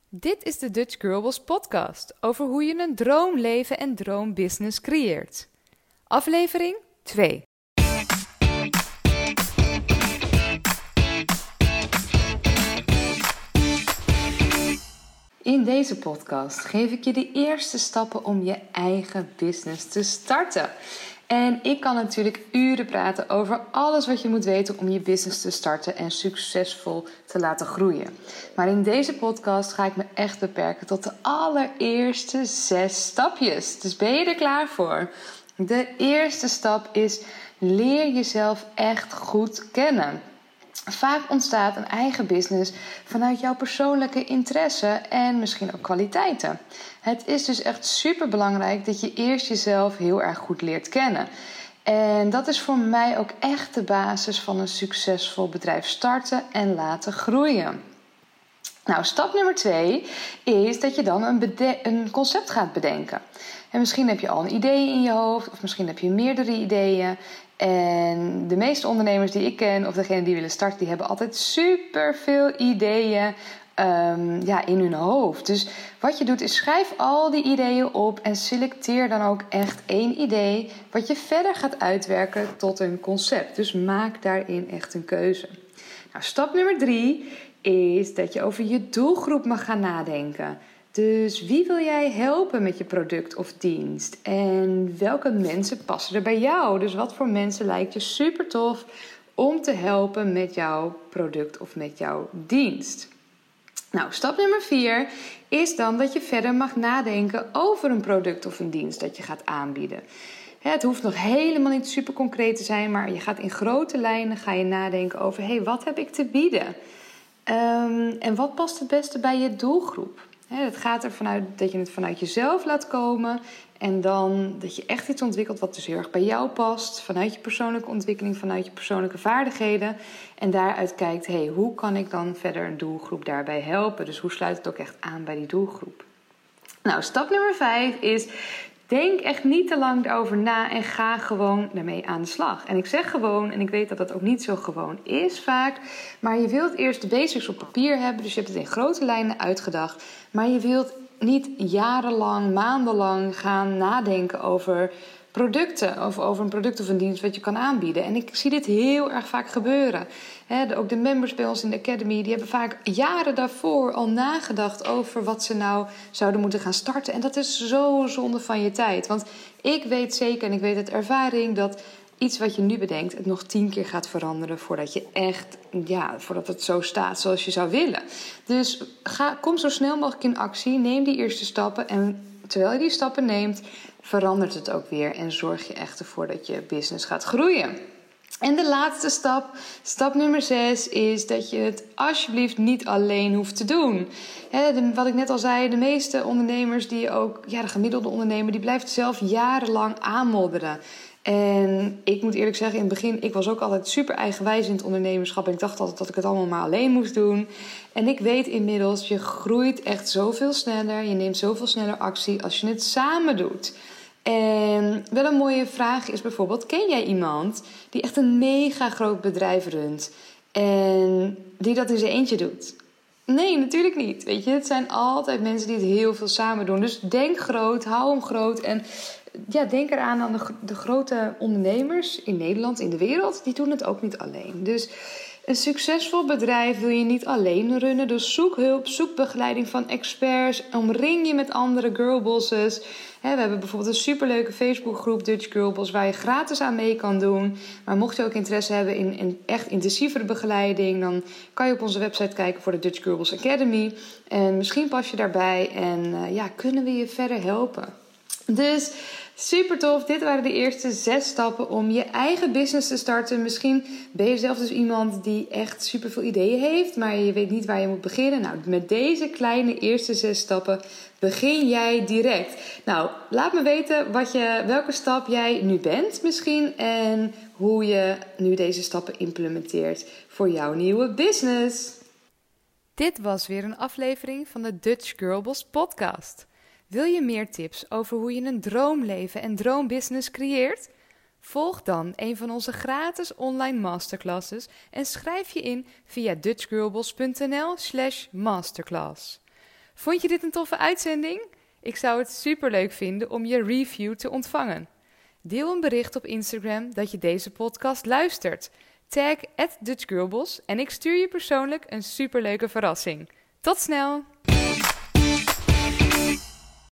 Dit is de Dutch Girlboss podcast over hoe je een droomleven en droombusiness creëert. Aflevering 2. In deze podcast geef ik je de eerste stappen om je eigen business te starten. En ik kan natuurlijk uren praten over alles wat je moet weten om je business te starten en succesvol te laten groeien. Maar in deze podcast ga ik me echt beperken tot de allereerste 6 stapjes. Dus ben je er klaar voor? De eerste stap is: leer jezelf echt goed kennen. Vaak ontstaat een eigen business vanuit jouw persoonlijke interesse en misschien ook kwaliteiten. Het is dus echt super belangrijk dat je eerst jezelf heel erg goed leert kennen. En dat is voor mij ook echt de basis van een succesvol bedrijf starten en laten groeien. Nou, stap nummer 2 is dat je dan een concept gaat bedenken. En misschien heb je al een idee in je hoofd of misschien heb je meerdere ideeën. En de meeste ondernemers die ik ken of degenen die willen starten, die hebben altijd super veel ideeën in hun hoofd. Dus wat je doet is schrijf al die ideeën op en selecteer dan ook echt 1 idee wat je verder gaat uitwerken tot een concept. Dus maak daarin echt een keuze. Nou, stap nummer 3 is dat je over je doelgroep mag gaan nadenken. Dus wie wil jij helpen met je product of dienst? En welke mensen passen er bij jou? Dus wat voor mensen lijkt je super tof om te helpen met jouw product of met jouw dienst? Nou, stap nummer 4 is dan dat je verder mag nadenken over een product of een dienst dat je gaat aanbieden. Het hoeft nog helemaal niet super concreet te zijn, maar je gaat in grote lijnen nadenken over: wat heb ik te bieden? En wat past het beste bij je doelgroep? Het gaat ervan uit dat je het vanuit jezelf laat komen. En dan dat je echt iets ontwikkelt wat dus heel erg bij jou past. Vanuit je persoonlijke ontwikkeling, vanuit je persoonlijke vaardigheden. En daaruit kijkt, hoe kan ik dan verder een doelgroep daarbij helpen? Dus hoe sluit het ook echt aan bij die doelgroep? Nou, stap nummer 5 is: denk echt niet te lang erover na en ga gewoon daarmee aan de slag. En ik zeg gewoon, en ik weet dat dat ook niet zo gewoon is vaak, maar je wilt eerst de basics op papier hebben. Dus je hebt het in grote lijnen uitgedacht. Maar je wilt niet jarenlang, maandenlang gaan nadenken over producten of over een product of een dienst wat je kan aanbieden. En ik zie dit heel erg vaak gebeuren. Ook de members bij ons in de Academy, die hebben vaak jaren daarvoor al nagedacht over wat ze nou zouden moeten gaan starten. En dat is zo zonde van je tijd. Want ik weet zeker en ik weet uit ervaring dat iets wat je nu bedenkt het nog 10 keer gaat veranderen voordat je echt, voordat het zo staat zoals je zou willen. Dus kom zo snel mogelijk in actie, neem die eerste stappen en terwijl je die stappen neemt, verandert het ook weer en zorg je echt ervoor dat je business gaat groeien. En de laatste stap nummer 6, is dat je het alsjeblieft niet alleen hoeft te doen. Wat ik net al zei, de meeste ondernemers de gemiddelde ondernemer, die blijft zelf jarenlang aanmodderen. En ik moet eerlijk zeggen, in het begin, ik was ook altijd super eigenwijs in het ondernemerschap. En ik dacht altijd dat ik het allemaal maar alleen moest doen. En ik weet inmiddels, je groeit echt zoveel sneller. Je neemt zoveel sneller actie als je het samen doet. En wel een mooie vraag is bijvoorbeeld: ken jij iemand die echt een mega groot bedrijf runt en die dat in zijn eentje doet? Nee, natuurlijk niet. Weet je, het zijn altijd mensen die het heel veel samen doen. Dus denk groot, hou hem groot en denk eraan aan de grote ondernemers in Nederland, in de wereld. Die doen het ook niet alleen. Dus een succesvol bedrijf wil je niet alleen runnen. Dus zoek hulp, zoek begeleiding van experts. Omring je met andere girlbosses. We hebben bijvoorbeeld een superleuke Facebookgroep Dutch Girlboss waar je gratis aan mee kan doen. Maar mocht je ook interesse hebben in een echt intensievere begeleiding, dan kan je op onze website kijken voor de Dutch Girlboss Academy. En misschien pas je daarbij en kunnen we je verder helpen. Dus super tof. Dit waren de eerste 6 stappen om je eigen business te starten. Misschien ben je zelf dus iemand die echt super veel ideeën heeft, maar je weet niet waar je moet beginnen. Nou, met deze kleine eerste 6 stappen begin jij direct. Nou, laat me weten welke stap jij nu bent misschien en hoe je nu deze stappen implementeert voor jouw nieuwe business. Dit was weer een aflevering van de Dutch Girlboss podcast. Wil je meer tips over hoe je een droomleven en droombusiness creëert? Volg dan een van onze gratis online masterclasses en schrijf je in via dutchgirlboss.nl/masterclass. Vond je dit een toffe uitzending? Ik zou het superleuk vinden om je review te ontvangen. Deel een bericht op Instagram dat je deze podcast luistert. Tag @DutchGirlBoss en ik stuur je persoonlijk een superleuke verrassing. Tot snel!